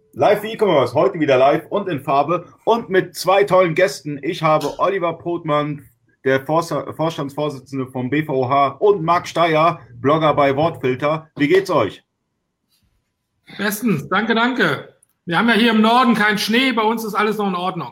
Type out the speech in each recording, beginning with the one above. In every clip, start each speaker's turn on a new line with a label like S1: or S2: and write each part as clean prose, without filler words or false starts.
S1: Live E-Commerce, heute wieder live und in Farbe und mit zwei tollen Gästen. Ich habe Oliver Pothmann, der Vorstandsvorsitzende vom BVOH, und Marc Steyer, Blogger bei Wortfilter. Wie geht's euch?
S2: Bestens, danke, danke. Wir haben ja hier im Norden keinen Schnee, bei uns ist alles noch in Ordnung.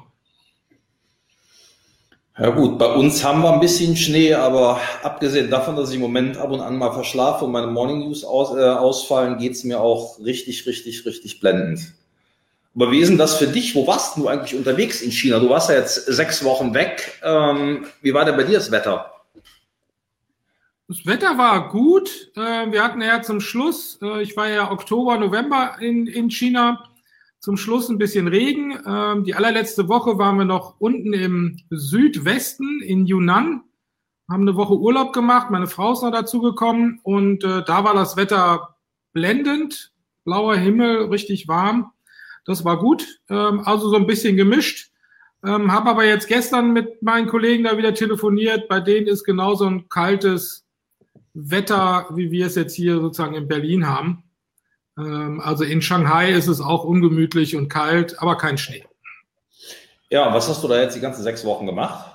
S3: Ja gut, bei uns haben wir ein bisschen Schnee, aber abgesehen davon, dass ich im Moment ab und an mal verschlafe und meine Morning News ausfallen, geht's mir auch richtig blendend. Aber wie ist denn das für dich? Wo warst du eigentlich unterwegs in China? Du warst ja jetzt 6 Wochen weg. Wie war denn bei dir das Wetter?
S2: Das Wetter war gut. Wir hatten ja zum Schluss, ich war ja Oktober, November in China, zum Schluss ein bisschen Regen. Die allerletzte Woche waren wir noch unten im Südwesten in Yunnan, haben eine Woche Urlaub gemacht. Meine Frau ist noch dazugekommen und da war das Wetter blendend, blauer Himmel, richtig warm. Das war gut, also so ein bisschen gemischt. Habe aber jetzt gestern mit meinen Kollegen da wieder telefoniert. Bei denen ist genauso ein kaltes Wetter, wie wir es jetzt hier sozusagen in Berlin haben. Also in Shanghai ist es auch ungemütlich und kalt, aber kein Schnee.
S3: Ja, was hast du da jetzt die ganzen 6 Wochen gemacht?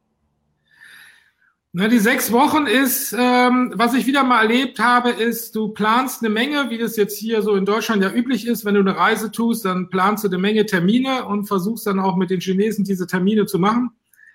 S2: Na, die 6 Wochen ist, was ich wieder mal erlebt habe, ist, du planst eine Menge, wie das jetzt hier so in Deutschland ja üblich ist. Wenn du eine Reise tust, dann planst du eine Menge Termine und versuchst dann auch mit den Chinesen diese Termine zu machen.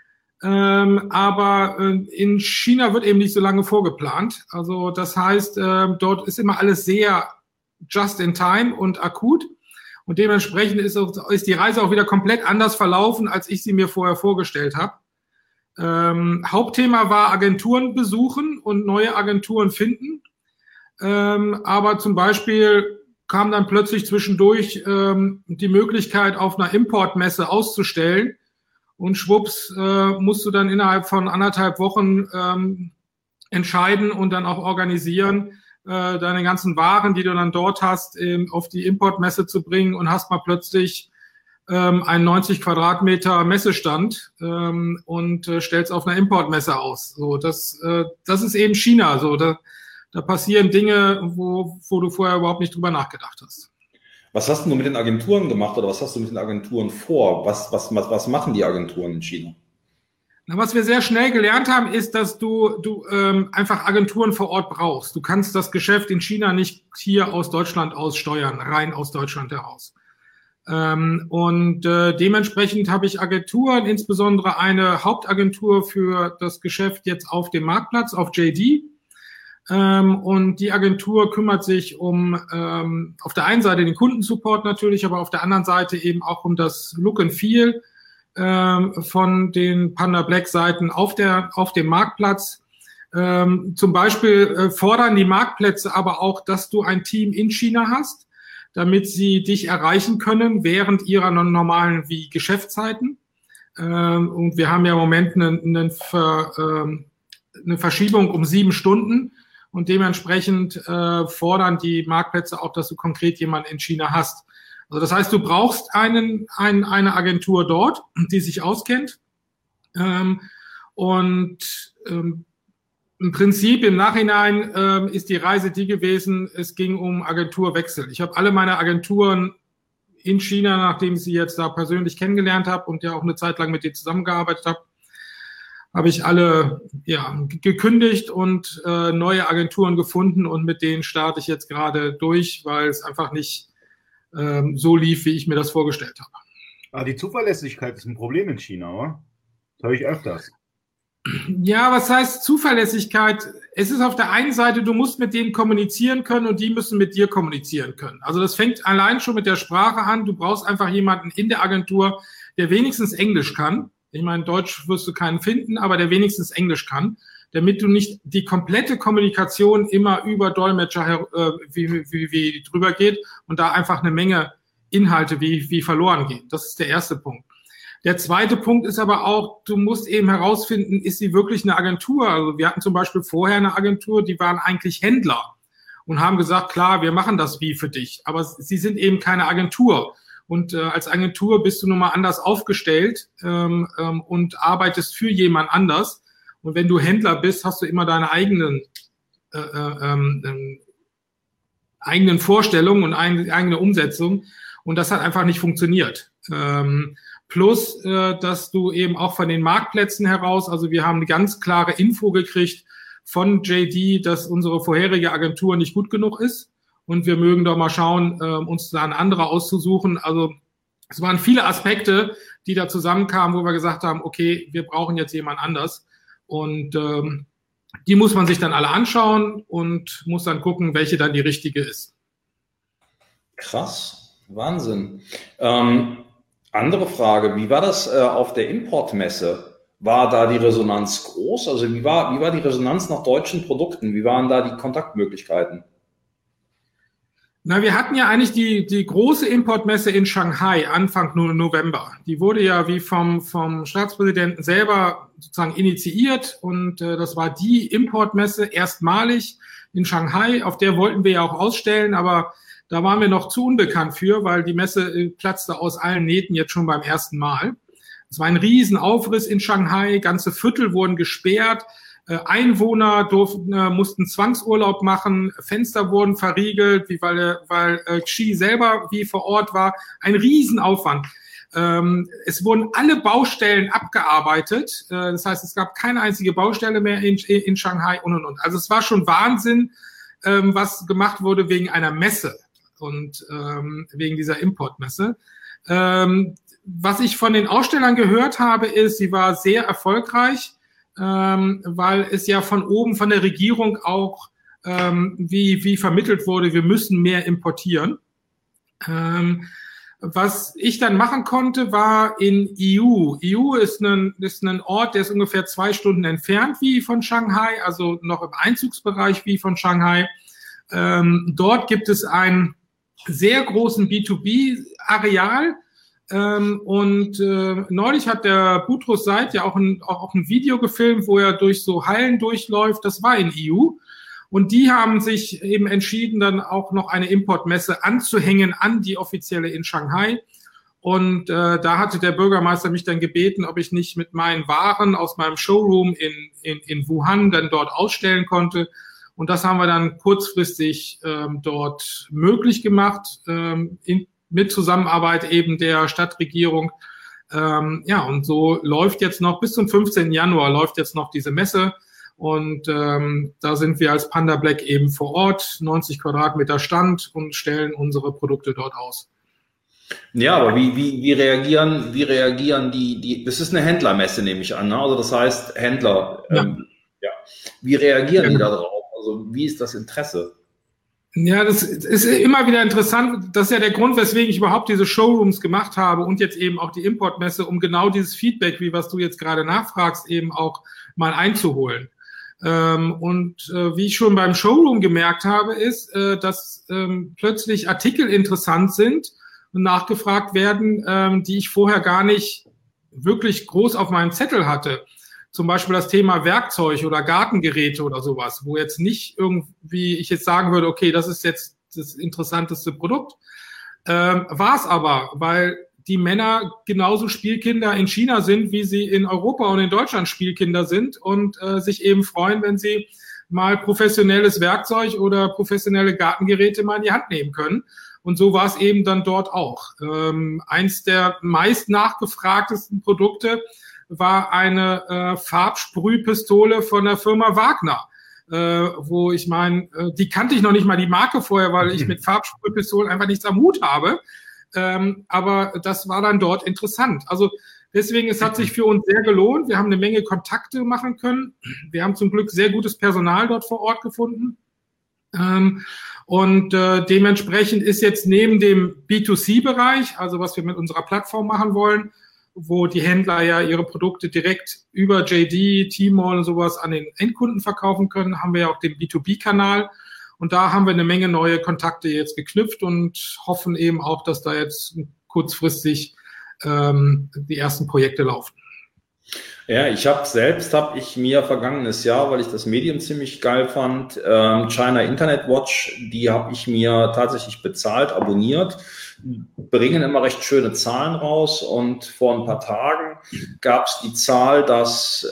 S2: Aber in China wird eben nicht so lange vorgeplant. Also das heißt, dort ist immer alles sehr just in time und akut. Und dementsprechend ist die Reise auch wieder komplett anders verlaufen, als ich sie mir vorher vorgestellt habe. Hauptthema war Agenturen besuchen und neue Agenturen finden. Aber zum Beispiel kam dann plötzlich zwischendurch die Möglichkeit, auf einer Importmesse auszustellen. Und schwupps musst du dann innerhalb von 1,5 Wochen entscheiden und dann auch organisieren, deine ganzen Waren, die du dann dort hast, auf die Importmesse zu bringen und hast mal plötzlich einen 90 Quadratmeter Messestand und stellst auf einer Importmesse aus. So, das ist eben China. So, da passieren Dinge, wo du vorher überhaupt nicht drüber nachgedacht hast.
S3: Was hast du mit den Agenturen gemacht oder was hast du mit den Agenturen vor? Was machen die Agenturen in China?
S2: Na, was wir sehr schnell gelernt haben, ist, dass du einfach Agenturen vor Ort brauchst. Du kannst das Geschäft in China nicht hier aus Deutschland aus steuern, rein aus Deutschland heraus. Dementsprechend habe ich Agenturen, insbesondere eine Hauptagentur für das Geschäft jetzt auf dem Marktplatz, auf JD. Und die Agentur kümmert sich um auf der einen Seite den Kundensupport natürlich, aber auf der anderen Seite eben auch um das Look and Feel von den Panda Black Seiten auf dem Marktplatz. Zum Beispiel fordern die Marktplätze aber auch, dass du ein Team in China hast, damit sie dich erreichen können während ihrer normalen wie Geschäftszeiten. Und wir haben ja im Moment eine Verschiebung um 7 Stunden. Und dementsprechend fordern die Marktplätze auch, dass du konkret jemanden in China hast. Also das heißt, du brauchst eine Agentur dort, die sich auskennt. Im Prinzip im Nachhinein ist die Reise die gewesen, es ging um Agenturwechsel. Ich habe alle meine Agenturen in China, nachdem ich sie jetzt da persönlich kennengelernt habe und ja auch eine Zeit lang mit denen zusammengearbeitet habe ich alle gekündigt und neue Agenturen gefunden und mit denen starte ich jetzt gerade durch, weil es einfach nicht so lief, wie ich mir das vorgestellt habe.
S1: Ah, die Zuverlässigkeit ist ein Problem in China, oder? Das höre ich öfters.
S2: Ja, was heißt Zuverlässigkeit? Es ist auf der einen Seite, du musst mit denen kommunizieren können und die müssen mit dir kommunizieren können. Also das fängt allein schon mit der Sprache an. Du brauchst einfach jemanden in der Agentur, der wenigstens Englisch kann. Ich meine, Deutsch wirst du keinen finden, aber der wenigstens Englisch kann, damit du nicht die komplette Kommunikation immer über Dolmetscher wie drüber geht und da einfach eine Menge Inhalte wie verloren gehen. Das ist der erste Punkt. Der zweite Punkt ist aber auch, du musst eben herausfinden, ist sie wirklich eine Agentur? Also wir hatten zum Beispiel vorher eine Agentur, die waren eigentlich Händler und haben gesagt, klar, wir machen das wie für dich, aber sie sind eben keine Agentur. Und als Agentur bist du nun mal anders aufgestellt und arbeitest für jemand anders. Und wenn du Händler bist, hast du immer deine eigenen Vorstellungen und eigene Umsetzung. Und das hat einfach nicht funktioniert. Plus, dass du eben auch von den Marktplätzen heraus, also wir haben eine ganz klare Info gekriegt von JD, dass unsere vorherige Agentur nicht gut genug ist. Und wir mögen doch mal schauen, uns da eine andere auszusuchen. Also es waren viele Aspekte, die da zusammenkamen, wo wir gesagt haben, okay, wir brauchen jetzt jemand anders. Und die muss man sich dann alle anschauen und muss dann gucken, welche dann die richtige ist.
S3: Krass, Wahnsinn. Andere Frage, wie war das auf der Importmesse? War da die Resonanz groß? Also wie war die Resonanz nach deutschen Produkten? Wie waren da die Kontaktmöglichkeiten?
S2: Na, wir hatten ja eigentlich die große Importmesse in Shanghai Anfang November. Die wurde ja wie vom Staatspräsidenten selber sozusagen initiiert und das war die Importmesse erstmalig in Shanghai. Auf der wollten wir ja auch ausstellen, aber da waren wir noch zu unbekannt für, weil die Messe platzte aus allen Nähten jetzt schon beim ersten Mal. Es war ein Riesenaufriss in Shanghai, ganze Viertel wurden gesperrt. Einwohner mussten Zwangsurlaub machen, Fenster wurden verriegelt, weil Xi selber wie vor Ort war. Ein Riesenaufwand. Es wurden alle Baustellen abgearbeitet. Das heißt, es gab keine einzige Baustelle mehr in Shanghai und. Also es war schon Wahnsinn, was gemacht wurde wegen einer Messe und wegen dieser Importmesse. Was ich von den Ausstellern gehört habe, ist, sie war sehr erfolgreich. Weil es ja von oben von der Regierung auch wie vermittelt wurde, wir müssen mehr importieren. Was ich dann machen konnte, war in Yiwu. Yiwu ist ein Ort, der ist ungefähr 2 Stunden entfernt wie von Shanghai, also noch im Einzugsbereich wie von Shanghai. Dort gibt es einen sehr großen B2B-Areal. Neulich hat der Boutros Said ja auch ein Video gefilmt, wo er durch so Hallen durchläuft. Das war in EU. Und die haben sich eben entschieden, dann auch noch eine Importmesse anzuhängen an die offizielle in Shanghai. Und da hatte der Bürgermeister mich dann gebeten, ob ich nicht mit meinen Waren aus meinem Showroom in Wuhan dann dort ausstellen konnte. Und das haben wir dann kurzfristig dort möglich gemacht, mit Zusammenarbeit eben der Stadtregierung. Und so läuft jetzt noch, bis zum 15. Januar läuft jetzt noch diese Messe. Und da sind wir als Panda Black eben vor Ort, 90 Quadratmeter Stand und stellen unsere Produkte dort aus.
S3: Ja, aber wie reagieren die, das ist eine Händlermesse, nehme ich an, ne? Also das heißt Händler, Wie reagieren die da drauf? Also wie ist das Interesse?
S2: Ja, das ist immer wieder interessant. Das ist ja der Grund, weswegen ich überhaupt diese Showrooms gemacht habe und jetzt eben auch die Importmesse, um genau dieses Feedback, wie was du jetzt gerade nachfragst, eben auch mal einzuholen. Wie ich schon beim Showroom gemerkt habe, ist, dass plötzlich Artikel interessant sind und nachgefragt werden, die ich vorher gar nicht wirklich groß auf meinem Zettel hatte. Zum Beispiel das Thema Werkzeug oder Gartengeräte oder sowas, wo jetzt nicht irgendwie ich jetzt sagen würde, okay, das ist jetzt das interessanteste Produkt. War es aber, weil die Männer genauso Spielkinder in China sind, wie sie in Europa und in Deutschland Spielkinder sind und sich eben freuen, wenn sie mal professionelles Werkzeug oder professionelle Gartengeräte mal in die Hand nehmen können. Und so war es eben dann dort auch. Eins der meist nachgefragtesten Produkte war eine Farbsprühpistole von der Firma Wagner, wo ich meine, die kannte ich noch nicht mal die Marke vorher, weil ich mit Farbsprühpistolen einfach nichts am Hut habe. Aber das war dann dort interessant. Also deswegen, es hat sich für uns sehr gelohnt. Wir haben eine Menge Kontakte machen können. Wir haben zum Glück sehr gutes Personal dort vor Ort gefunden. Dementsprechend ist jetzt neben dem B2C-Bereich, also was wir mit unserer Plattform machen wollen, wo die Händler ja ihre Produkte direkt über JD, Tmall und sowas an den Endkunden verkaufen können, haben wir ja auch den B2B-Kanal. Und da haben wir eine Menge neue Kontakte jetzt geknüpft und hoffen eben auch, dass da jetzt kurzfristig die ersten Projekte laufen.
S3: Ja, ich habe mir vergangenes Jahr, weil ich das Medium ziemlich geil fand, China Internet Watch, die habe ich mir tatsächlich bezahlt, abonniert, bringen immer recht schöne Zahlen raus und vor ein paar Tagen gab es die Zahl, dass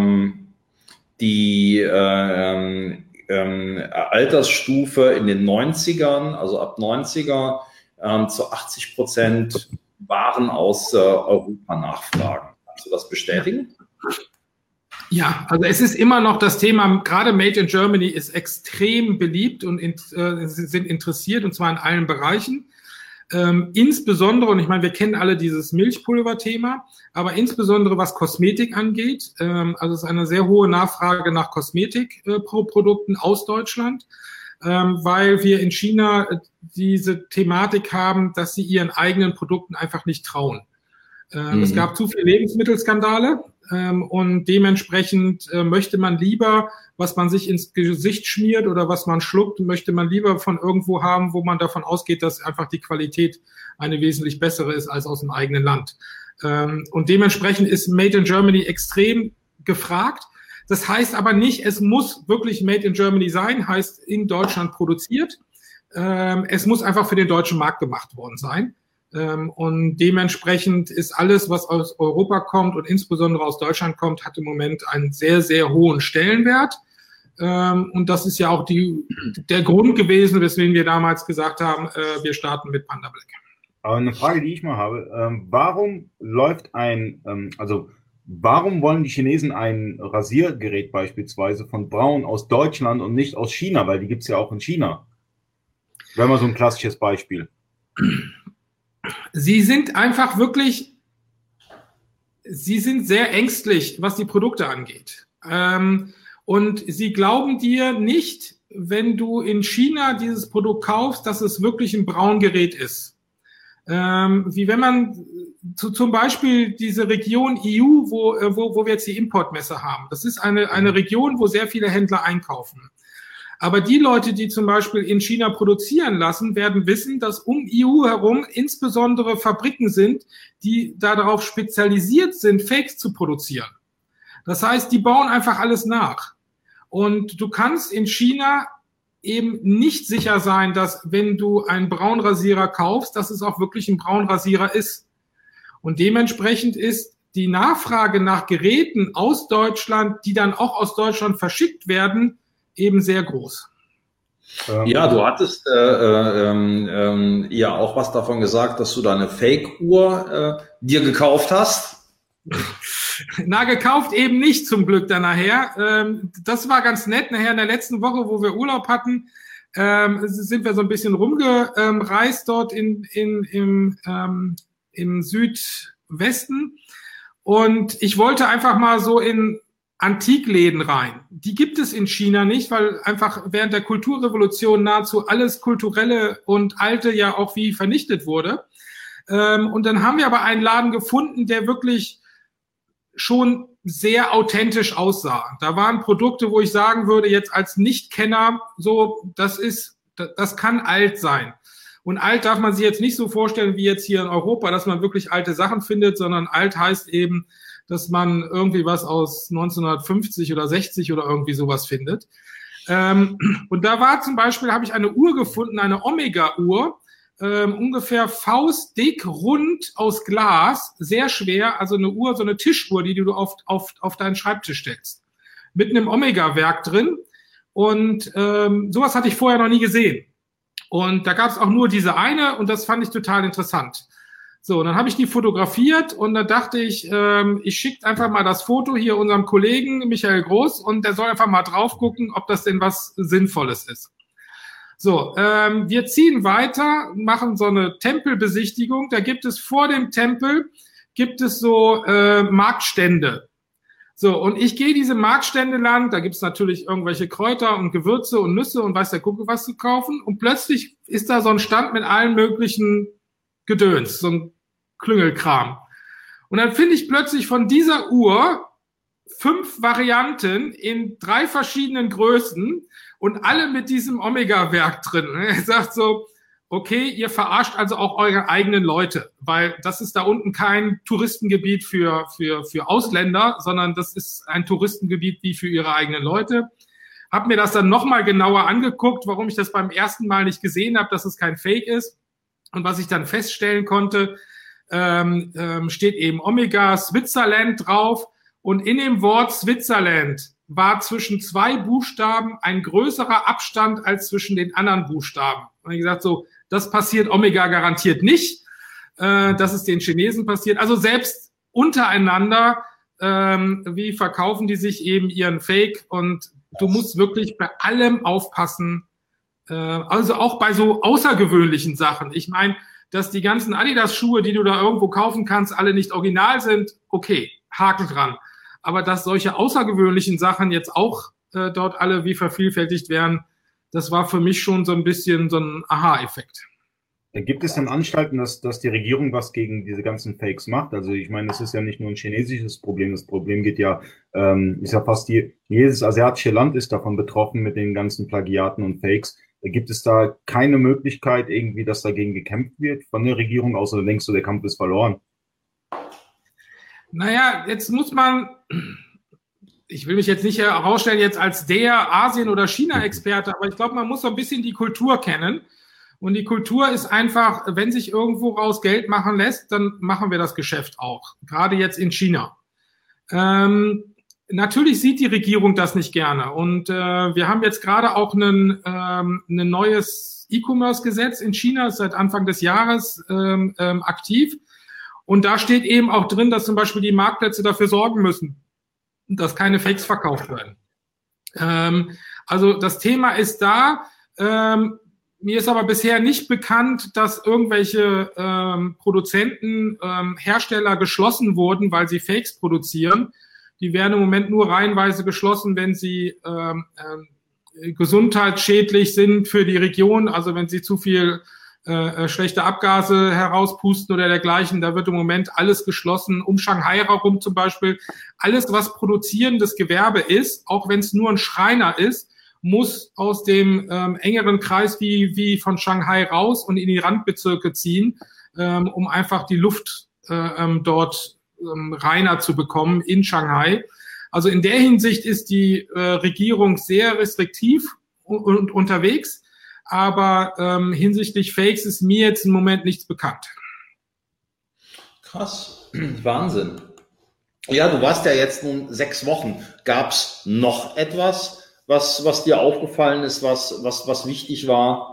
S3: die Altersstufe in den 90ern, also ab 90er, zu 80% Waren aus Europa nachfragen. Kannst du das bestätigen?
S2: Ja, also es ist immer noch das Thema, gerade Made in Germany ist extrem beliebt und sind interessiert, und zwar in allen Bereichen. Insbesondere, und ich meine, wir kennen alle dieses Milchpulver-Thema, aber insbesondere was Kosmetik angeht, also es ist eine sehr hohe Nachfrage nach Kosmetikprodukten aus Deutschland, weil wir in China diese Thematik haben, dass sie ihren eigenen Produkten einfach nicht trauen. Es gab zu viele Lebensmittelskandale und dementsprechend möchte man lieber, was man sich ins Gesicht schmiert oder was man schluckt, möchte man lieber von irgendwo haben, wo man davon ausgeht, dass einfach die Qualität eine wesentlich bessere ist als aus dem eigenen Land. Und dementsprechend ist Made in Germany extrem gefragt. Das heißt aber nicht, es muss wirklich Made in Germany sein, heißt in Deutschland produziert. Es muss einfach für den deutschen Markt gemacht worden sein. Und dementsprechend ist alles, was aus Europa kommt und insbesondere aus Deutschland kommt, hat im Moment einen sehr, sehr hohen Stellenwert. Und das ist ja auch der Grund gewesen, weswegen wir damals gesagt haben, wir starten mit Panda Black.
S1: Aber eine Frage, die ich mal habe, warum wollen die Chinesen ein Rasiergerät beispielsweise von Braun aus Deutschland und nicht aus China? Weil die gibt es ja auch in China. Wäre mal so ein klassisches Beispiel.
S2: Sie sind sehr ängstlich, was die Produkte angeht. Und sie glauben dir nicht, wenn du in China dieses Produkt kaufst, dass es wirklich ein Braungerät ist. Wie wenn man zum Beispiel diese Region EU, wo wir jetzt die Importmesse haben. Das ist eine Region, wo sehr viele Händler einkaufen. Aber die Leute, die zum Beispiel in China produzieren lassen, werden wissen, dass um EU herum insbesondere Fabriken sind, die darauf spezialisiert sind, Fakes zu produzieren. Das heißt, die bauen einfach alles nach. Und du kannst in China eben nicht sicher sein, dass wenn du einen Braunrasierer kaufst, dass es auch wirklich ein Braunrasierer ist. Und dementsprechend ist die Nachfrage nach Geräten aus Deutschland, die dann auch aus Deutschland verschickt werden, eben sehr groß.
S3: Ja, du hattest ja auch was davon gesagt, dass du da eine Fake-Uhr dir gekauft hast.
S2: Na, gekauft eben nicht, zum Glück dann nachher. Das war ganz nett. Nachher in der letzten Woche, wo wir Urlaub hatten, sind wir so ein bisschen rumgereist dort im Südwesten. Und ich wollte einfach mal so in Antikläden rein. Die gibt es in China nicht, weil einfach während der Kulturrevolution nahezu alles Kulturelle und Alte ja auch wie vernichtet wurde. Und dann haben wir aber einen Laden gefunden, der wirklich schon sehr authentisch aussah. Da waren Produkte, wo ich sagen würde, jetzt als Nichtkenner, so, das kann alt sein. Und alt darf man sich jetzt nicht so vorstellen wie jetzt hier in Europa, dass man wirklich alte Sachen findet, sondern alt heißt eben, dass man irgendwie was aus 1950 oder 60 oder irgendwie sowas findet. Und da war zum Beispiel, habe ich eine Uhr gefunden, eine Omega-Uhr, ungefähr faustdick, rund aus Glas, sehr schwer, also eine Uhr, so eine Tischuhr, die du auf deinen Schreibtisch stellst. Mit einem Omega-Werk drin. Und sowas hatte ich vorher noch nie gesehen. Und da gab es auch nur diese eine und das fand ich total interessant. So, und dann habe ich die fotografiert und da dachte ich, ich schicke einfach mal das Foto hier unserem Kollegen Michael Groß und der soll einfach mal drauf gucken, ob das denn was Sinnvolles ist. So, wir ziehen weiter, machen so eine Tempelbesichtigung. Da gibt es vor dem Tempel, so Marktstände. So, und ich gehe diese Marktstände lang, da gibt's natürlich irgendwelche Kräuter und Gewürze und Nüsse und weiß der Kuckuck was zu kaufen. Und plötzlich ist da so ein Stand mit allen möglichen Gedöns, so ein Klüngelkram. Und dann finde ich plötzlich von dieser Uhr 5 Varianten in 3 verschiedenen Größen und alle mit diesem Omega-Werk drin. Und er sagt so, okay, ihr verarscht also auch eure eigenen Leute, weil das ist da unten kein Touristengebiet für Ausländer, sondern das ist ein Touristengebiet wie für ihre eigenen Leute. Hab mir das dann nochmal genauer angeguckt, warum ich das beim ersten Mal nicht gesehen habe, dass es kein Fake ist. Und was ich dann feststellen konnte, steht eben Omega Switzerland drauf. Und in dem Wort Switzerland war zwischen 2 Buchstaben ein größerer Abstand als zwischen den anderen Buchstaben. Und ich gesagt so, das passiert Omega garantiert nicht, dass es den Chinesen passiert. Also selbst untereinander, wie verkaufen die sich eben ihren Fake, und du musst wirklich bei allem aufpassen, also auch bei so außergewöhnlichen Sachen. Ich meine, dass die ganzen Adidas-Schuhe, die du da irgendwo kaufen kannst, alle nicht original sind, okay, Haken dran. Aber dass solche außergewöhnlichen Sachen jetzt auch dort alle wie vervielfältigt werden, das war für mich schon so ein bisschen so ein Aha-Effekt.
S1: Gibt es denn Anstalten, dass die Regierung was gegen diese ganzen Fakes macht? Also ich meine, das ist ja nicht nur ein chinesisches Problem. Das Problem geht ja, ist ja fast jedes asiatische Land ist davon betroffen mit den ganzen Plagiaten und Fakes. Gibt es da keine Möglichkeit irgendwie, dass dagegen gekämpft wird von der Regierung, außer denkst du, der Kampf ist verloren?
S2: Naja, jetzt muss man, ich will mich jetzt nicht herausstellen jetzt als der Asien- oder China-Experte, aber ich glaube, man muss so ein bisschen die Kultur kennen. Und die Kultur ist einfach, wenn sich irgendwo raus Geld machen lässt, dann machen wir das Geschäft auch. Gerade jetzt in China. Natürlich sieht die Regierung das nicht gerne. Und wir haben jetzt gerade auch ein neues E-Commerce-Gesetz in China, seit Anfang des Jahres aktiv. Und da steht eben auch drin, dass zum Beispiel die Marktplätze dafür sorgen müssen, dass keine Fakes verkauft werden. Also das Thema ist da. Mir ist aber bisher nicht bekannt, dass irgendwelche Produzenten, Hersteller geschlossen wurden, weil sie Fakes produzieren. Die werden im Moment nur reihenweise geschlossen, wenn sie gesundheitsschädlich sind für die Region, also wenn sie zu viel schlechte Abgase herauspusten oder dergleichen. Da wird im Moment alles geschlossen, um Shanghai herum zum Beispiel. Alles, was produzierendes Gewerbe ist, auch wenn es nur ein Schreiner ist, muss aus dem engeren Kreis wie von Shanghai raus und in die Randbezirke ziehen, um einfach die Luft dort reiner zu bekommen in Shanghai. Also in der Hinsicht ist die Regierung sehr restriktiv und unterwegs, aber hinsichtlich Fakes ist mir jetzt im Moment nichts bekannt.
S3: Krass, Wahnsinn. Ja, du warst ja jetzt nun 6 Wochen. Gab es noch etwas, was dir aufgefallen ist, was wichtig war?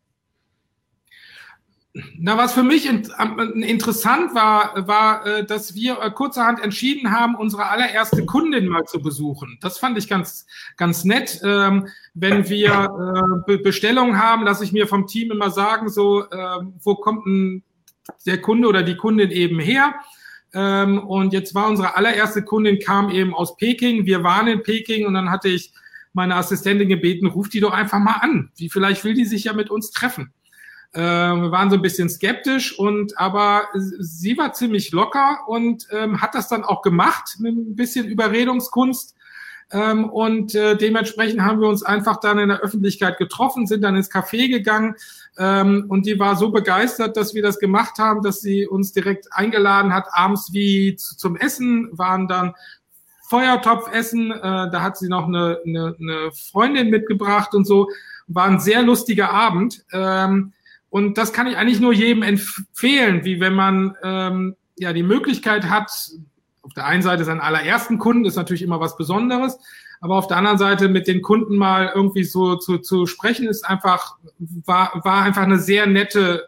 S2: Na, was für mich interessant war, dass wir kurzerhand entschieden haben, unsere allererste Kundin mal zu besuchen. Das fand ich ganz, ganz nett. Wenn wir Bestellungen haben, lasse ich mir vom Team immer sagen, so, wo kommt denn der Kunde oder die Kundin eben her? Und jetzt war unsere allererste Kundin, kam eben aus Peking. Wir waren in Peking und dann hatte ich meine Assistentin gebeten, ruf die doch einfach mal an. Vielleicht will die sich ja mit uns treffen. Wir waren so ein bisschen skeptisch, aber sie war ziemlich locker und hat das dann auch gemacht mit ein bisschen Überredungskunst. Dementsprechend haben wir uns einfach dann in der Öffentlichkeit getroffen, sind dann ins Café gegangen und die war so begeistert, dass wir das gemacht haben, dass sie uns direkt eingeladen hat, abends wie zum Essen, waren dann Feuertopfessen, da hat sie noch eine Freundin mitgebracht und so, war ein sehr lustiger Abend. Und das kann ich eigentlich nur jedem empfehlen, wie wenn man die Möglichkeit hat, auf der einen Seite seinen allerersten Kunden ist natürlich immer was Besonderes, aber auf der anderen Seite mit den Kunden mal irgendwie so zu sprechen, ist war einfach eine sehr nette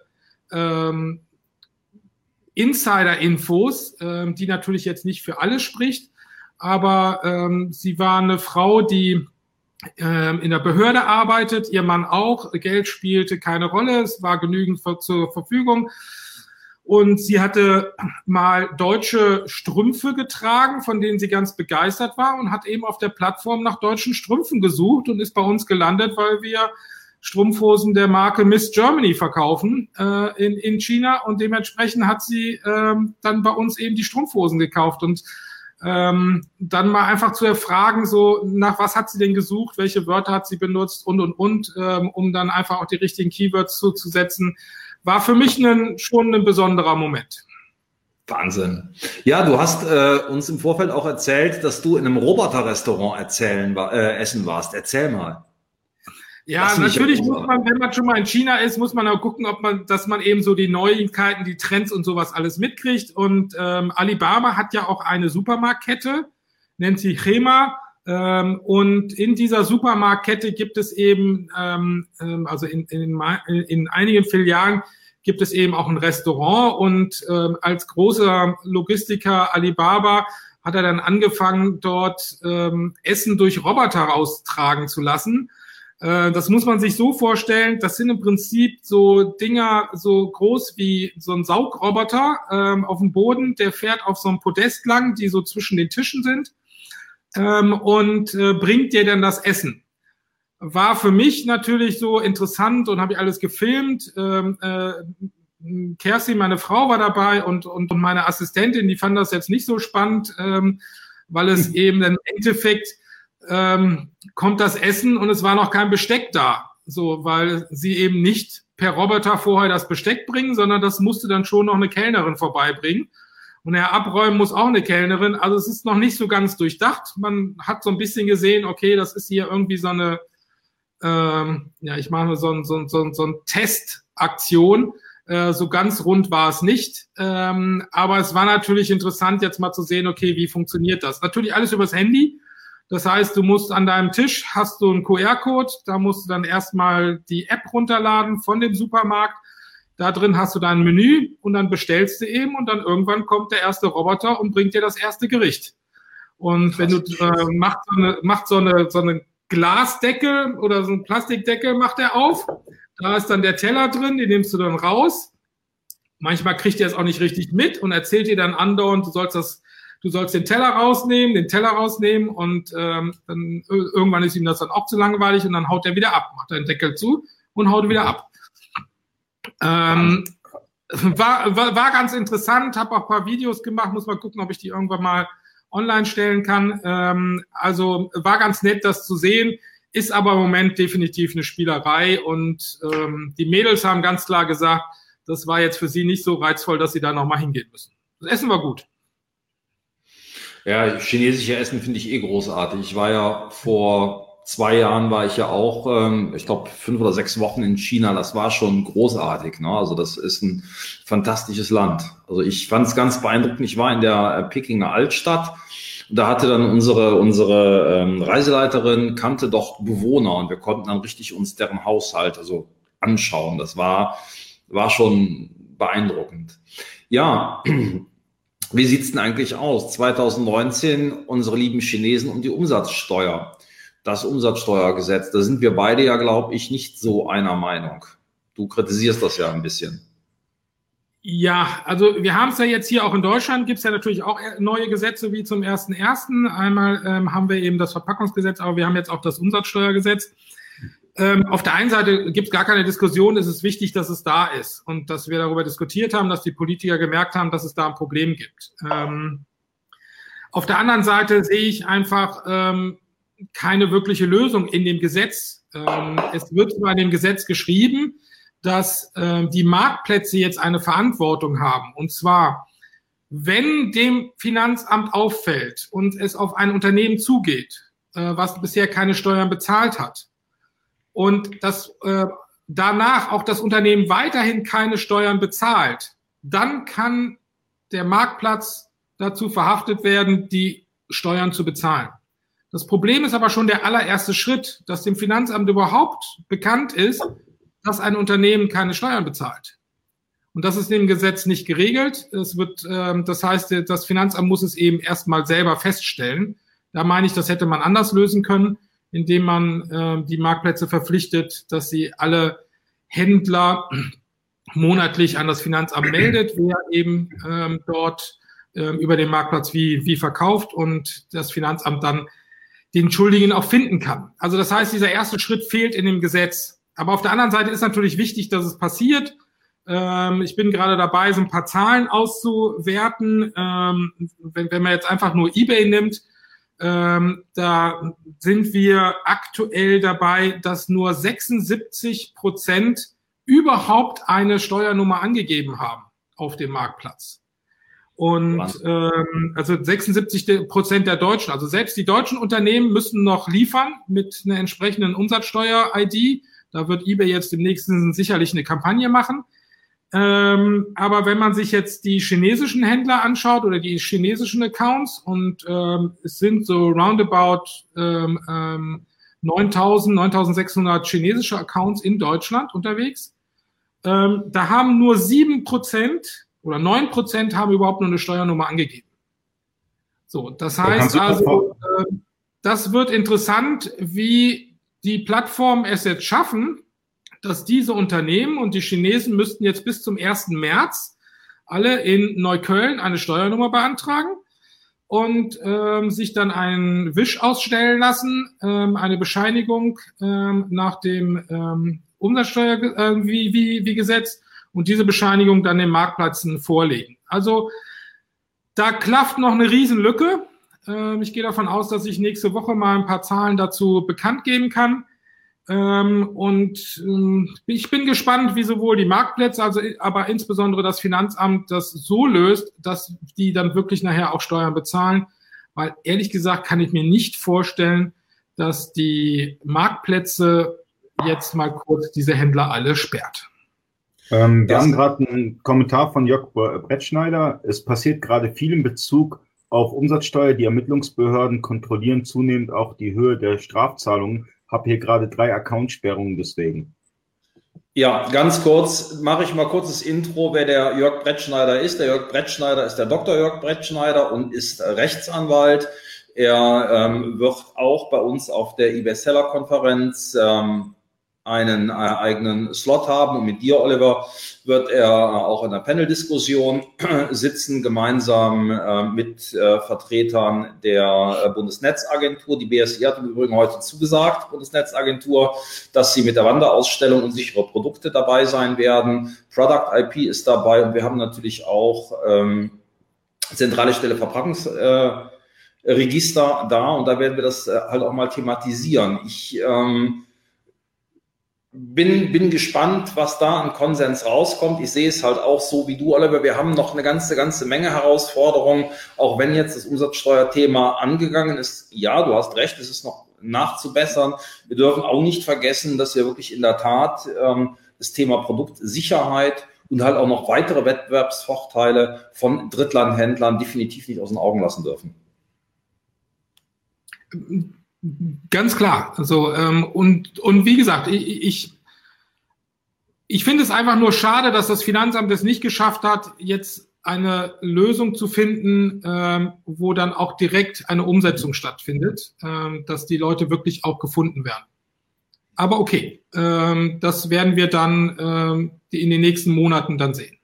S2: Insider-Infos, die natürlich jetzt nicht für alle spricht, aber sie war eine Frau, die in der Behörde arbeitet, ihr Mann auch, Geld spielte keine Rolle, es war genügend zur Verfügung und sie hatte mal deutsche Strümpfe getragen, von denen sie ganz begeistert war und hat eben auf der Plattform nach deutschen Strümpfen gesucht und ist bei uns gelandet, weil wir Strumpfhosen der Marke Miss Germany verkaufen in China und dementsprechend hat sie dann bei uns eben die Strumpfhosen gekauft und dann mal einfach zu erfragen, so nach was hat sie denn gesucht, welche Wörter hat sie benutzt und, um dann einfach auch die richtigen Keywords zuzusetzen, war für mich schon ein besonderer Moment.
S3: Wahnsinn. Ja, du hast uns im Vorfeld auch erzählt, dass du in einem Roboter-Restaurant essen warst. Erzähl mal.
S2: Ja, natürlich muss man, wenn man schon mal in China ist, muss man auch gucken, dass man eben so die Neuigkeiten, die Trends und sowas alles mitkriegt. Und Alibaba hat ja auch eine Supermarktkette, nennt sie Hema. Und in dieser Supermarktkette gibt es eben, also in einigen Filialen gibt es eben auch ein Restaurant und als großer Logistiker Alibaba hat er dann angefangen, dort Essen durch Roboter raustragen zu lassen. Das muss man sich so vorstellen, das sind im Prinzip so Dinger so groß wie so ein Saugroboter auf dem Boden, der fährt auf so einem Podest lang, die so zwischen den Tischen sind. Und bringt dir dann das Essen. War für mich natürlich so interessant und habe ich alles gefilmt. Kerstin, meine Frau, war dabei und meine Assistentin, die fand das jetzt nicht so spannend, weil es eben im Endeffekt kommt das Essen und es war noch kein Besteck da. So, weil sie eben nicht per Roboter vorher das Besteck bringen, sondern das musste dann schon noch eine Kellnerin vorbeibringen. Und abräumen muss auch eine Kellnerin. Also es ist noch nicht so ganz durchdacht. Man hat so ein bisschen gesehen, okay, das ist hier irgendwie so eine, ich mache so ein Testaktion. So ganz rund war es nicht. Aber es war natürlich interessant, jetzt mal zu sehen, okay, wie funktioniert das? Natürlich alles übers Handy. Das heißt, du musst an deinem Tisch, hast du einen QR-Code, da musst du dann erstmal die App runterladen von dem Supermarkt. Da drin hast du dein Menü und dann bestellst du eben und dann irgendwann kommt der erste Roboter und bringt dir das erste Gericht. Und wenn du macht so eine Glasdeckel oder so ein Plastikdeckel macht er auf. Da ist dann der Teller drin, den nimmst du dann raus. Manchmal kriegt er es auch nicht richtig mit und erzählt dir dann andauernd, du sollst den Teller rausnehmen und dann irgendwann ist ihm das dann auch zu langweilig und dann haut er wieder ab, macht er den Deckel zu und haut wieder ab. War ganz interessant, habe auch ein paar Videos gemacht, muss mal gucken, ob ich die irgendwann mal online stellen kann. Also war ganz nett, das zu sehen, ist aber im Moment definitiv eine Spielerei und die Mädels haben ganz klar gesagt, das war jetzt für sie nicht so reizvoll, dass sie da nochmal hingehen müssen. Das Essen war gut.
S3: Ja, chinesische Essen finde ich großartig. Ich war ja vor 2 Jahren war ich ja auch, ich glaube 5 oder 6 Wochen in China. Das war schon großartig. Ne? Also das ist ein fantastisches Land. Also ich fand es ganz beeindruckend. Ich war in der Pekinger Altstadt. Da hatte dann unsere Reiseleiterin kannte doch Bewohner und wir konnten dann richtig uns deren Haushalt also anschauen. Das war schon beeindruckend. Ja. Wie sieht's denn eigentlich aus? 2019 unsere lieben Chinesen und die Umsatzsteuer. Das Umsatzsteuergesetz, da sind wir beide ja, glaube ich, nicht so einer Meinung. Du kritisierst das ja ein bisschen.
S2: Ja, also wir haben es ja jetzt hier auch in Deutschland, gibt es ja natürlich auch neue Gesetze wie zum 1.1. Einmal haben wir eben das Verpackungsgesetz, aber wir haben jetzt auch das Umsatzsteuergesetz. Auf der einen Seite gibt es gar keine Diskussion, es ist wichtig, dass es da ist und dass wir darüber diskutiert haben, dass die Politiker gemerkt haben, dass es da ein Problem gibt. Auf der anderen Seite sehe ich einfach keine wirkliche Lösung in dem Gesetz. Es wird zwar in dem Gesetz geschrieben, dass die Marktplätze jetzt eine Verantwortung haben. Und zwar, wenn dem Finanzamt auffällt und es auf ein Unternehmen zugeht, was bisher keine Steuern bezahlt hat, und dass danach auch das Unternehmen weiterhin keine Steuern bezahlt, dann kann der Marktplatz dazu verhaftet werden, die Steuern zu bezahlen. Das Problem ist aber schon der allererste Schritt, dass dem Finanzamt überhaupt bekannt ist, dass ein Unternehmen keine Steuern bezahlt. Und das ist in dem Gesetz nicht geregelt. Es wird, das heißt, das Finanzamt muss es eben erstmal selber feststellen. Da meine ich, das hätte man anders lösen können, indem man die Marktplätze verpflichtet, dass sie alle Händler monatlich an das Finanzamt meldet, wer eben dort über den Marktplatz wie verkauft und das Finanzamt dann den Schuldigen auch finden kann. Also das heißt, dieser erste Schritt fehlt in dem Gesetz. Aber auf der anderen Seite ist natürlich wichtig, dass es passiert. Ich bin gerade dabei, so ein paar Zahlen auszuwerten. Wenn man jetzt einfach nur eBay nimmt, da sind wir aktuell dabei, dass nur 76% überhaupt eine Steuernummer angegeben haben auf dem Marktplatz. Und also 76% der Deutschen, also selbst die deutschen Unternehmen müssen noch liefern mit einer entsprechenden Umsatzsteuer-ID. Da wird eBay jetzt demnächst sicherlich eine Kampagne machen. Aber wenn man sich jetzt die chinesischen Händler anschaut oder die chinesischen Accounts und es sind so roundabout 9.600 chinesische Accounts in Deutschland unterwegs, da haben nur 7% oder 9% haben überhaupt nur eine Steuernummer angegeben. So, das heißt also, das wird interessant, wie die Plattformen es jetzt schaffen, dass diese Unternehmen und die Chinesen müssten jetzt bis zum 1. März alle in Neukölln eine Steuernummer beantragen und sich dann einen Wisch ausstellen lassen, eine Bescheinigung nach dem Umsatzsteuer wie Gesetz und diese Bescheinigung dann den Marktplätzen vorlegen. Also da klafft noch eine Riesenlücke. Ich gehe davon aus, dass ich nächste Woche mal ein paar Zahlen dazu bekannt geben kann. Ich bin gespannt, wie sowohl die Marktplätze, aber insbesondere das Finanzamt das so löst, dass die dann wirklich nachher auch Steuern bezahlen. Weil ehrlich gesagt kann ich mir nicht vorstellen, dass die Marktplätze jetzt mal kurz diese Händler alle sperrt.
S1: Wir haben gerade einen Kommentar von Jörg Brettschneider. Es passiert gerade viel in Bezug auf Umsatzsteuer. Die Ermittlungsbehörden kontrollieren zunehmend auch die Höhe der Strafzahlungen. Habe hier gerade 3 Accountsperrungen deswegen.
S3: Ja, ganz kurz, mache ich mal kurz das Intro, wer der Jörg Brettschneider ist. Der Jörg Brettschneider ist der Dr. Jörg Brettschneider und ist Rechtsanwalt. Er wird auch bei uns auf der eBay-Seller-Konferenz einen eigenen Slot haben und mit dir, Oliver, wird er auch in der Panel-Diskussion sitzen, gemeinsam mit Vertretern der Bundesnetzagentur. Die BSI hat im Übrigen heute zugesagt, Bundesnetzagentur, dass sie mit der Wanderausstellung und sichere Produkte dabei sein werden. Product IP ist dabei und wir haben natürlich auch zentrale Stelle Verpackungsregister da und da werden wir das halt auch mal thematisieren. Ich bin gespannt, was da an Konsens rauskommt. Ich sehe es halt auch so wie du, Oliver. Wir haben noch eine ganze Menge Herausforderungen, auch wenn jetzt das Umsatzsteuerthema angegangen ist. Ja, du hast recht, es ist noch nachzubessern. Wir dürfen auch nicht vergessen, dass wir wirklich in der Tat das Thema Produktsicherheit und halt auch noch weitere Wettbewerbsvorteile von Drittlandhändlern definitiv nicht aus den Augen lassen dürfen.
S2: Ganz klar. Also, und wie gesagt, ich finde es einfach nur schade, dass das Finanzamt es nicht geschafft hat, jetzt eine Lösung zu finden, wo dann auch direkt eine Umsetzung stattfindet, dass die Leute wirklich auch gefunden werden. Aber okay, das werden wir dann in den nächsten Monaten dann sehen.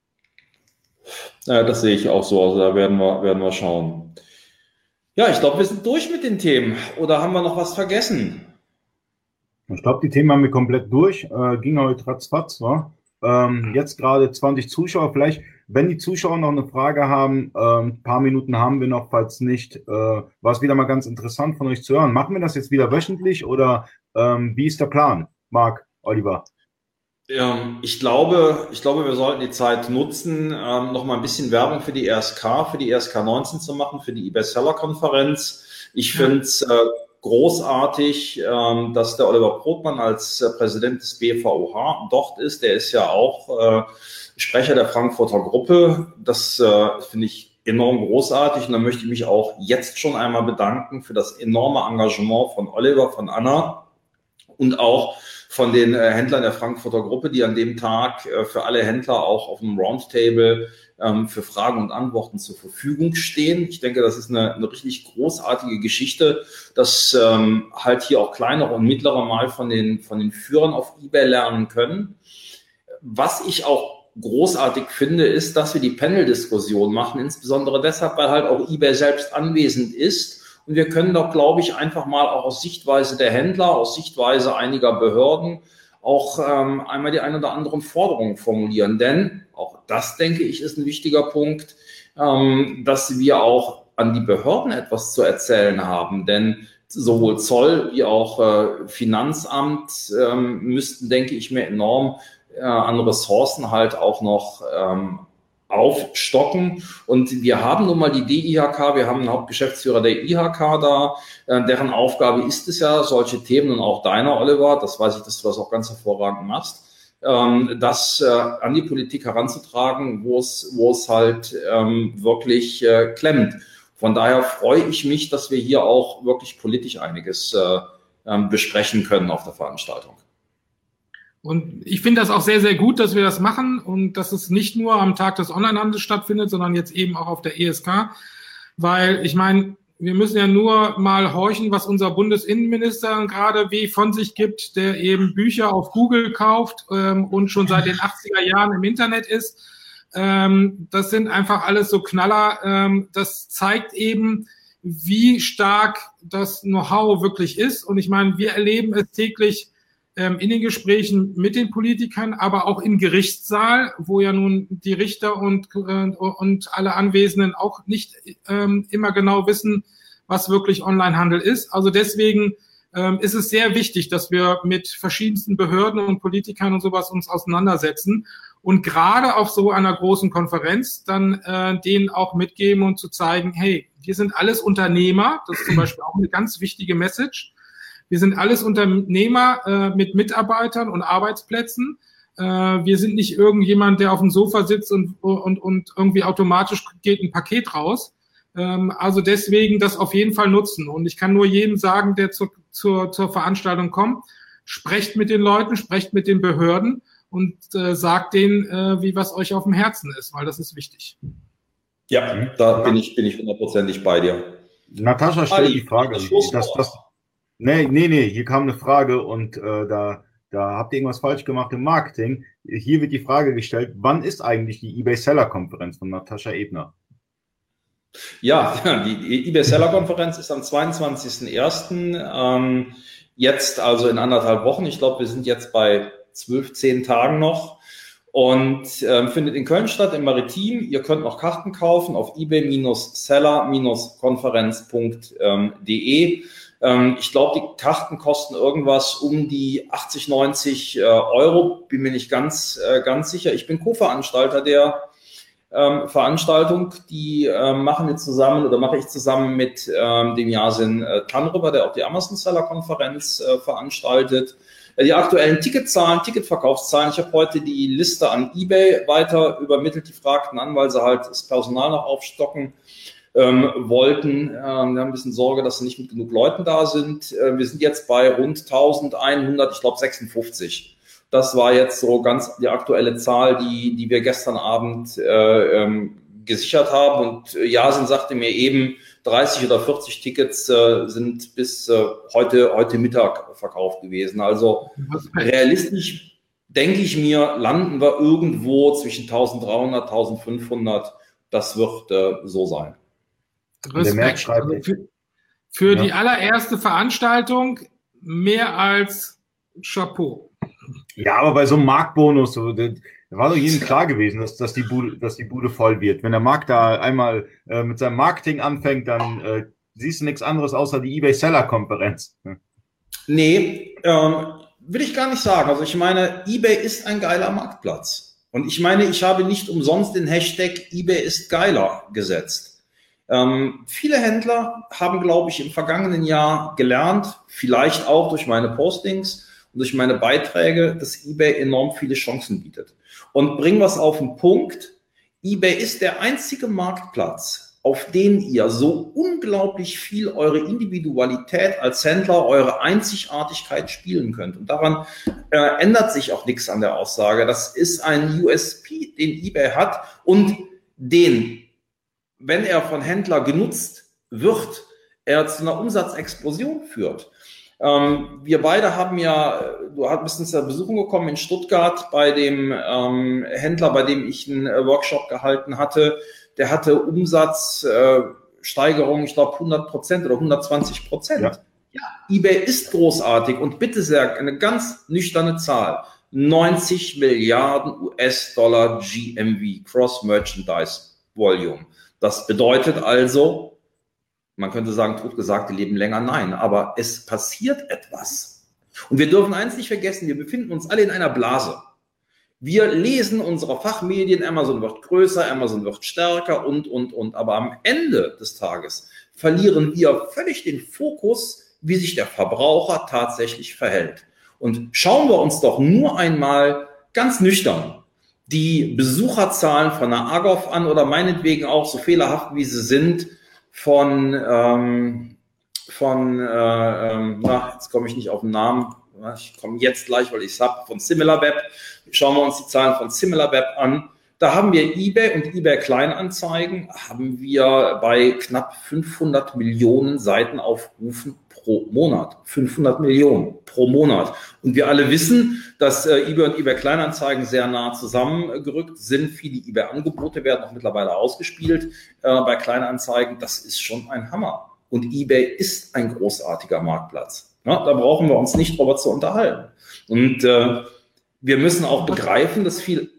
S3: Ja, das sehe ich auch so. Also da werden wir schauen. Ja, ich glaube, wir sind durch mit den Themen. Oder haben wir noch was vergessen?
S1: Ich glaube, die Themen haben wir komplett durch. Ging heute ratzfatz, wa? Jetzt gerade 20 Zuschauer. Vielleicht, wenn die Zuschauer noch eine Frage haben, ein paar Minuten haben wir noch. Falls nicht, war es wieder mal ganz interessant von euch zu hören. Machen wir das jetzt wieder wöchentlich oder wie ist der Plan? Marc, Oliver?
S3: Ich glaube, wir sollten die Zeit nutzen, noch mal ein bisschen Werbung für die ESK 19 zu machen, für die eBay-Seller-Konferenz. Ich finde es großartig, dass der Oliver Brotmann als Präsident des BVOH dort ist. Der ist ja auch Sprecher der Frankfurter Gruppe. Das finde ich enorm großartig. Und da möchte ich mich auch jetzt schon einmal bedanken für das enorme Engagement von Oliver, von Anna und auch von den Händlern der Frankfurter Gruppe, die an dem Tag für alle Händler auch auf dem Roundtable für Fragen und Antworten zur Verfügung stehen. Ich denke, das ist eine richtig großartige Geschichte, dass halt hier auch kleinere und mittlere mal von den Führern auf eBay lernen können. Was ich auch großartig finde, ist, dass wir die Panel-Diskussion machen, insbesondere deshalb, weil halt auch eBay selbst anwesend ist. Und wir können doch, glaube ich, einfach mal auch aus Sichtweise der Händler, aus Sichtweise einiger Behörden auch einmal die ein oder anderen Forderungen formulieren. Denn auch das, denke ich, ist ein wichtiger Punkt, dass wir auch an die Behörden etwas zu erzählen haben. Denn sowohl Zoll wie auch Finanzamt müssten, denke ich mir, enorm an Ressourcen halt auch noch aufstocken. Und wir haben nun mal die DIHK, wir haben einen Hauptgeschäftsführer der IHK da, deren Aufgabe ist es ja, solche Themen und auch deiner, Oliver, das weiß ich, dass du das auch ganz hervorragend machst, das an die Politik heranzutragen, wo es halt wirklich klemmt. Von daher freue ich mich, dass wir hier auch wirklich politisch einiges besprechen können auf der Veranstaltung.
S2: Und ich finde das auch sehr, sehr gut, dass wir das machen und dass es nicht nur am Tag des Onlinehandels stattfindet, sondern jetzt eben auch auf der ESK. Weil ich meine, wir müssen ja nur mal horchen, was unser Bundesinnenminister gerade wie von sich gibt, der eben Bücher auf Google kauft und schon seit den 80er Jahren im Internet ist. Das sind einfach alles so Knaller. Das zeigt eben, wie stark das Know-how wirklich ist. Und ich meine, wir erleben es täglich in den Gesprächen mit den Politikern, aber auch im Gerichtssaal, wo ja nun die Richter und alle Anwesenden auch nicht immer genau wissen, was wirklich Onlinehandel ist. Also deswegen ist es sehr wichtig, dass wir mit verschiedensten Behörden und Politikern und sowas uns auseinandersetzen und gerade auf so einer großen Konferenz dann denen auch mitgeben und zu zeigen, hey, wir sind alles Unternehmer, das ist zum Beispiel auch eine ganz wichtige Message. Wir sind alles Unternehmer mit Mitarbeitern und Arbeitsplätzen. Wir sind nicht irgendjemand, der auf dem Sofa sitzt und irgendwie automatisch geht ein Paket raus. Also deswegen das auf jeden Fall nutzen. Und ich kann nur jedem sagen, der zur Veranstaltung kommt, sprecht mit den Leuten, sprecht mit den Behörden und sagt denen, wie was euch auf dem Herzen ist, weil das ist wichtig.
S3: Ja, da bin ich 100%ig bei dir.
S1: Natascha stellt die Frage, Nee, hier kam eine Frage und da habt ihr irgendwas falsch gemacht im Marketing. Hier wird die Frage gestellt, wann ist eigentlich die eBay Seller Konferenz von Natascha Ebner?
S3: Ja, die eBay Seller Konferenz ist am 22.01. Jetzt also in 1,5 Wochen. Ich glaube, wir sind jetzt bei 10 Tagen noch und findet in Köln statt, im Maritim. Ihr könnt noch Karten kaufen auf ebay-seller-konferenz.de. Ich glaube, die Karten kosten irgendwas um die 80, 90 Euro. Bin mir nicht ganz sicher. Ich bin Co-Veranstalter der Veranstaltung. Die mache ich zusammen mit dem Yasin Tanrıver, der auch die Amazon Seller Konferenz veranstaltet. Die aktuellen Ticketverkaufszahlen. Ich habe heute die Liste an eBay weiter übermittelt. Die fragten an, weil sie halt das Personal noch aufstocken wollten. Wir haben ein bisschen Sorge, dass sie nicht mit genug Leuten da sind. Wir sind jetzt bei rund 1100, ich glaube 56. Das war jetzt so ganz die aktuelle Zahl, die wir gestern Abend gesichert haben. Und Yasin sagte mir eben, 30 oder 40 Tickets sind bis heute Mittag verkauft gewesen. Also realistisch denke ich mir, landen wir irgendwo zwischen 1300, 1500. Das wird so sein.
S2: Respekt. Also für die allererste Veranstaltung mehr als Chapeau.
S1: Ja, aber bei so einem Marktbonus, da war doch jedem klar gewesen, dass die Bude voll wird. Wenn der Markt da einmal mit seinem Marketing anfängt, dann siehst du nichts anderes außer die eBay Seller Konferenz.
S3: Nee, will ich gar nicht sagen. Also ich meine, eBay ist ein geiler Marktplatz. Und ich meine, ich habe nicht umsonst den Hashtag eBay ist geiler gesetzt. Viele Händler haben, glaube ich, im vergangenen Jahr gelernt, vielleicht auch durch meine Postings und durch meine Beiträge, dass eBay enorm viele Chancen bietet. Und bringen wir es auf den Punkt, eBay ist der einzige Marktplatz, auf dem ihr so unglaublich viel eure Individualität als Händler, eure Einzigartigkeit spielen könnt. Und daran ändert sich auch nichts an der Aussage. Das ist ein USP, den eBay hat und den, wenn er von Händler genutzt wird, er zu einer Umsatzexplosion führt. Wir beide haben ja, du bist uns ja besuchen gekommen in Stuttgart bei dem Händler, bei dem ich einen Workshop gehalten hatte. Der hatte Umsatzsteigerung, ich glaube 100% oder 120%. Ja. Ja, eBay ist großartig und bitte sehr, eine ganz nüchterne Zahl. 90 Milliarden US-Dollar GMV, Cross-Merchandise Volume. Das bedeutet also, man könnte sagen, totgesagte leben länger. Nein, aber es passiert etwas. Und wir dürfen eins nicht vergessen, wir befinden uns alle in einer Blase. Wir lesen unsere Fachmedien, Amazon wird größer, Amazon wird stärker und. Aber am Ende des Tages verlieren wir völlig den Fokus, wie sich der Verbraucher tatsächlich verhält. Und schauen wir uns doch nur einmal ganz nüchtern die Besucherzahlen von einer AGOV an oder meinetwegen auch, so fehlerhaft wie sie sind, jetzt komme ich nicht auf den Namen, ich komme jetzt gleich, weil ich es habe, von SimilarWeb. Schauen wir uns die Zahlen von SimilarWeb an. Da haben wir eBay und eBay Kleinanzeigen, haben wir bei knapp 500 Millionen Seitenaufrufen pro Monat. 500 Millionen pro Monat. Und wir alle wissen, dass eBay und eBay Kleinanzeigen sehr nah zusammengerückt sind. Viele eBay-Angebote werden auch mittlerweile ausgespielt bei Kleinanzeigen. Das ist schon ein Hammer. Und eBay ist ein großartiger Marktplatz. Ja, da brauchen wir uns nicht drüber zu unterhalten. Und wir müssen auch begreifen, dass viel...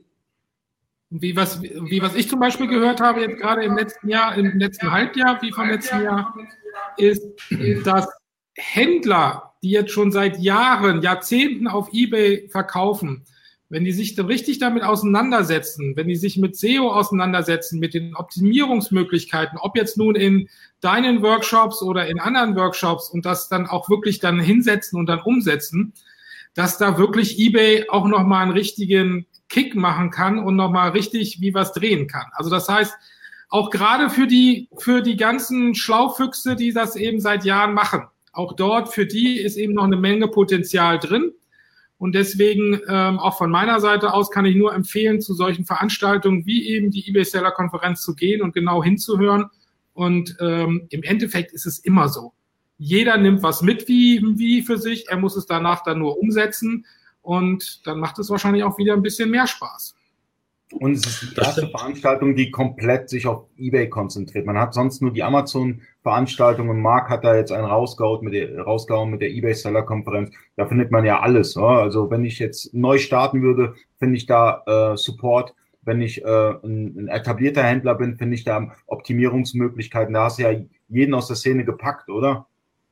S2: Was ich zum Beispiel gehört habe, jetzt gerade im letzten Halbjahr, wie vom letzten Jahr, ist, dass Händler, die jetzt schon seit Jahren, Jahrzehnten auf eBay verkaufen, wenn die sich dann richtig damit auseinandersetzen, wenn die sich mit SEO auseinandersetzen, mit den Optimierungsmöglichkeiten, ob jetzt nun in deinen Workshops oder in anderen Workshops und das dann auch wirklich dann hinsetzen und dann umsetzen, dass da wirklich eBay auch nochmal einen richtigen Kick machen kann und nochmal richtig wie was drehen kann. Also das heißt, auch gerade für die ganzen Schlaufüchse, die das eben seit Jahren machen, auch dort für die ist eben noch eine Menge Potenzial drin. Und deswegen auch von meiner Seite aus kann ich nur empfehlen, zu solchen Veranstaltungen wie eben die eBay-Seller-Konferenz zu gehen und genau hinzuhören. Und im Endeffekt ist es immer so. Jeder nimmt was mit wie für sich. Er muss es danach dann nur umsetzen. Und dann macht es wahrscheinlich auch wieder ein bisschen mehr Spaß.
S1: Und es ist die erste Veranstaltung, die komplett sich auf eBay konzentriert. Man hat sonst nur die Amazon-Veranstaltung und Marc hat da jetzt einen rausgehauen mit der eBay-Seller-Konferenz. Da findet man ja alles. Ja? Also wenn ich jetzt neu starten würde, finde ich da Support. Wenn ich ein etablierter Händler bin, finde ich da Optimierungsmöglichkeiten. Da hast du ja jeden aus der Szene gepackt, oder?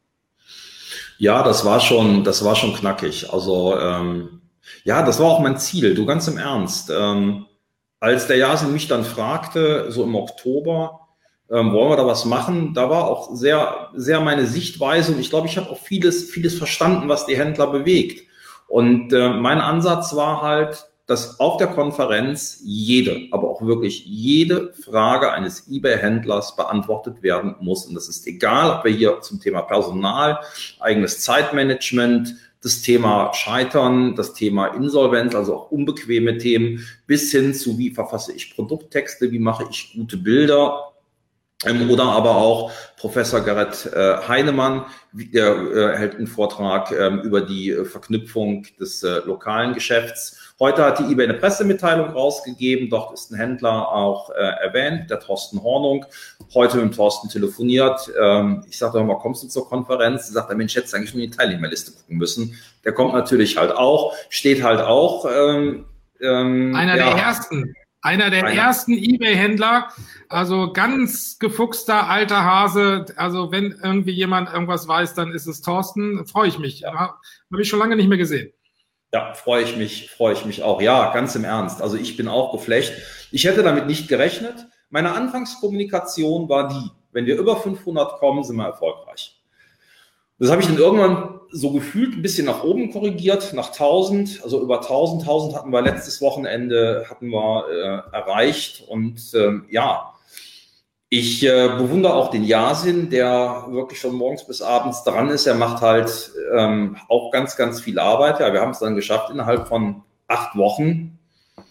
S3: Ja, das war schon knackig. Also ja, das war auch mein Ziel. Du, ganz im Ernst. Als der Yasin mich dann fragte, so im Oktober, wollen wir da was machen, da war auch sehr, sehr meine Sichtweise und ich glaube, ich habe auch vieles verstanden, was die Händler bewegt. Und mein Ansatz war halt, dass auf der Konferenz aber auch wirklich jede Frage eines eBay-Händlers beantwortet werden muss. Und das ist egal, ob wir hier zum Thema Personal, eigenes Zeitmanagement, das Thema Scheitern, das Thema Insolvenz, also auch unbequeme Themen, bis hin zu, wie verfasse ich Produkttexte, wie mache ich gute Bilder, oder aber auch Professor Gerrit Heinemann, der hält einen Vortrag über die Verknüpfung des lokalen Geschäfts. Heute hat die eBay eine Pressemitteilung rausgegeben. Dort ist ein Händler auch erwähnt, der Thorsten Hornung. Heute mit Thorsten telefoniert. Ich sagte mal, kommst du zur Konferenz? Sie sagt, Mensch, hättest eigentlich nur in die Teilnehmerliste gucken müssen. Der kommt natürlich halt auch, steht halt auch.
S2: Einer der ersten eBay-Händler, also ganz gefuchster alter Hase. Also wenn irgendwie jemand irgendwas weiß, dann ist es Thorsten. Freue ich mich. Ja. Habe ich schon lange nicht mehr gesehen.
S3: Ja, freue ich mich auch. Ja, ganz im Ernst. Also ich bin auch geflecht. Ich hätte damit nicht gerechnet. Meine Anfangskommunikation war die, wenn wir über 500 kommen, sind wir erfolgreich. Das habe ich dann irgendwann so gefühlt ein bisschen nach oben korrigiert, nach 1000, also über 1000. 1000 hatten wir letztes Wochenende erreicht. Und ja, ich bewundere auch den Yasin, der wirklich von morgens bis abends dran ist. Er macht halt auch ganz, ganz viel Arbeit. Ja, wir haben es dann geschafft innerhalb von 8 Wochen.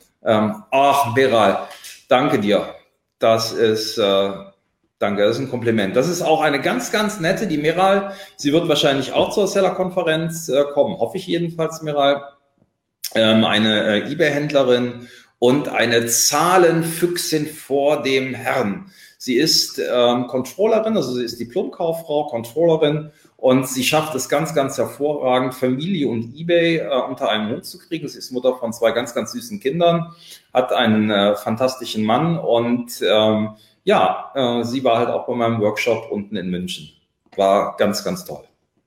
S3: Beral, danke dir. Danke, das ist ein Kompliment. Das ist auch eine ganz, ganz nette, die Meral. Sie wird wahrscheinlich auch zur Seller-Konferenz kommen, hoffe ich jedenfalls, Meral. Eine eBay-Händlerin und eine Zahlenfüchsin vor dem Herrn. Sie ist Controllerin, also sie ist Diplomkauffrau, Controllerin und sie schafft es ganz, ganz hervorragend, Familie und eBay unter einen Hut zu kriegen. Sie ist Mutter von 2 ganz, ganz süßen Kindern, hat einen fantastischen Mann und sie war halt auch bei meinem Workshop unten in München. War ganz, ganz toll.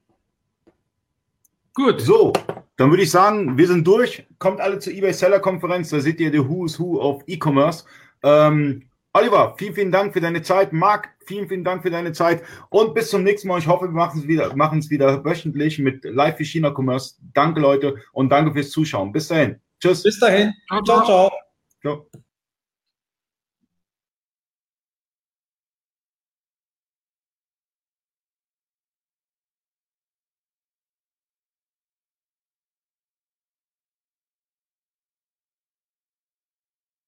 S1: Gut. So, dann würde ich sagen, wir sind durch. Kommt alle zur eBay-Seller-Konferenz, da seht ihr die Who's Who auf E-Commerce. Oliver, vielen, vielen Dank für deine Zeit. Marc, vielen, vielen Dank für deine Zeit. Und bis zum nächsten Mal. Ich hoffe, wir machen es wieder wöchentlich mit Live für China Commerce. Danke, Leute, und danke fürs Zuschauen. Bis dahin. Tschüss.
S3: Bis dahin.
S2: Ciao,
S3: Ciao, ciao.
S1: Ciao.